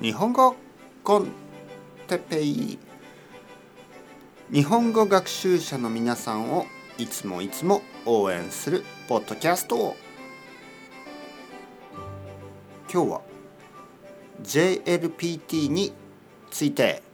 日本語コンテペイ。日本語学習者の皆さんをいつも応援するポッドキャスト。今日は JLPT について。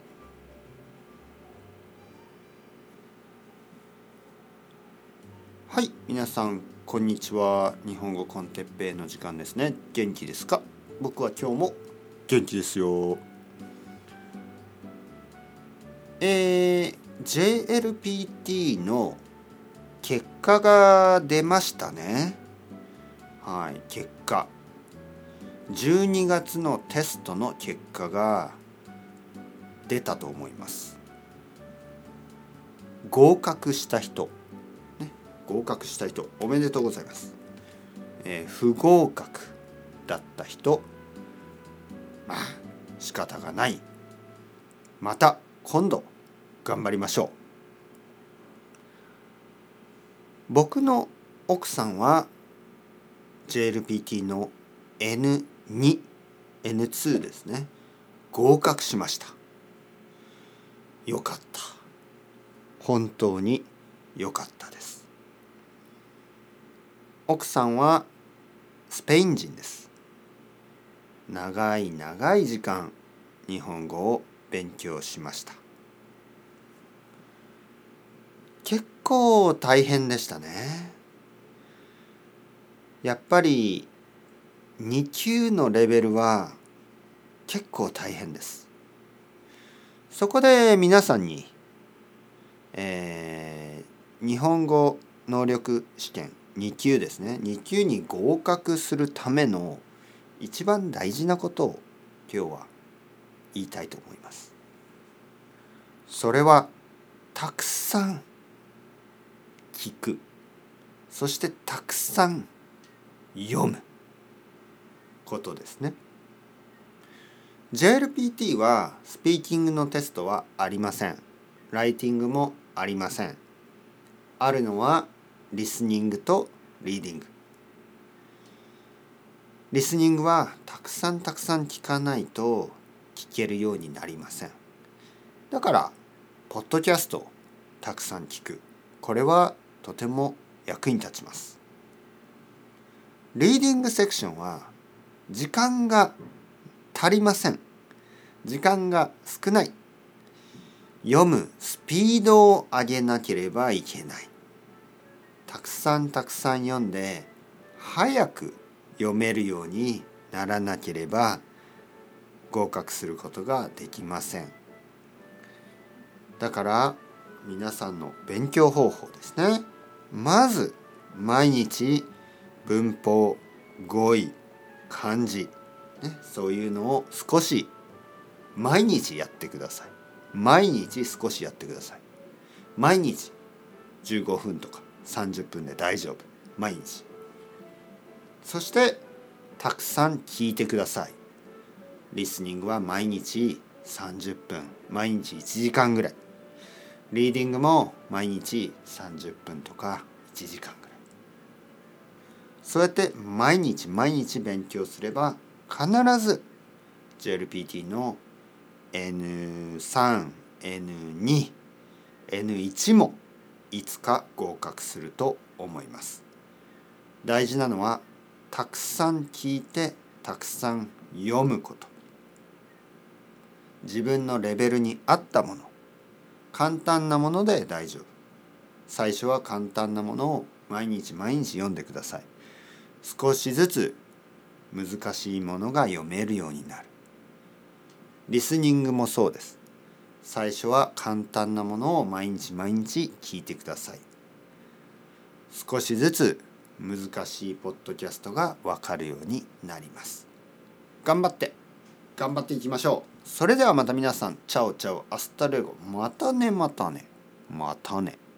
はい、皆さんこんにちは。日本語コンテッペイの時間ですね。元気ですか？僕は今日も元気ですよ。JLPT の結果が出ましたね。はい、結果12月のテストの結果が出たと思います。合格した人、合格した人おめでとうございます。不合格だった人、仕方がない。また今度頑張りましょう。僕の奥さんは JLPT の N2、N2 ですね。合格しました。よかった。本当によかったです。奥さんはスペイン人です。長い時間日本語を勉強しました。結構大変でしたね。やっぱり2級のレベルは結構大変です。そこで皆さんに、日本語能力試験2級ですね。2級に合格するための一番大事なことを今日は言いたいと思います。それはたくさん聞く、そしてたくさん読むことですね。JLPT はスピーキングのテストはありません。ライティングもありません。あるのはリスニングとリーディング。リスニングはたくさん聞かないと聞けるようになりません。だからポッドキャストをたくさん聞く。これはとても役に立ちます。リーディングセクションは時間が足りません。時間が少ない。読むスピードを上げなければいけない。たくさん読んで早く読めるようにならなければ合格することができません。だから皆さんの勉強方法ですね。まず毎日文法、語彙、漢字、そういうのを少し毎日やってください。毎日少しやってください。毎日15分とか30分で大丈夫。毎日。そしてたくさん聞いてください。リスニングは毎日30分、毎日1時間ぐらい。リーディングも毎日30分とか1時間ぐらい。そうやって毎日勉強すれば必ず JLPT の N3、N2、N1 もいつか合格すると思います。大事なのはたくさん聞いてたくさん読むこと。自分のレベルに合ったもの、簡単なもので大丈夫。最初は簡単なものを毎日読んでください。少しずつ難しいものが読めるようになる。リスニングもそうです。最初は簡単なものを毎日聞いてください。少しずつ難しいポッドキャストが分かるようになります。頑張っていきましょう。それではまた皆さん、チャオチャオ、アスタレゴ、またね。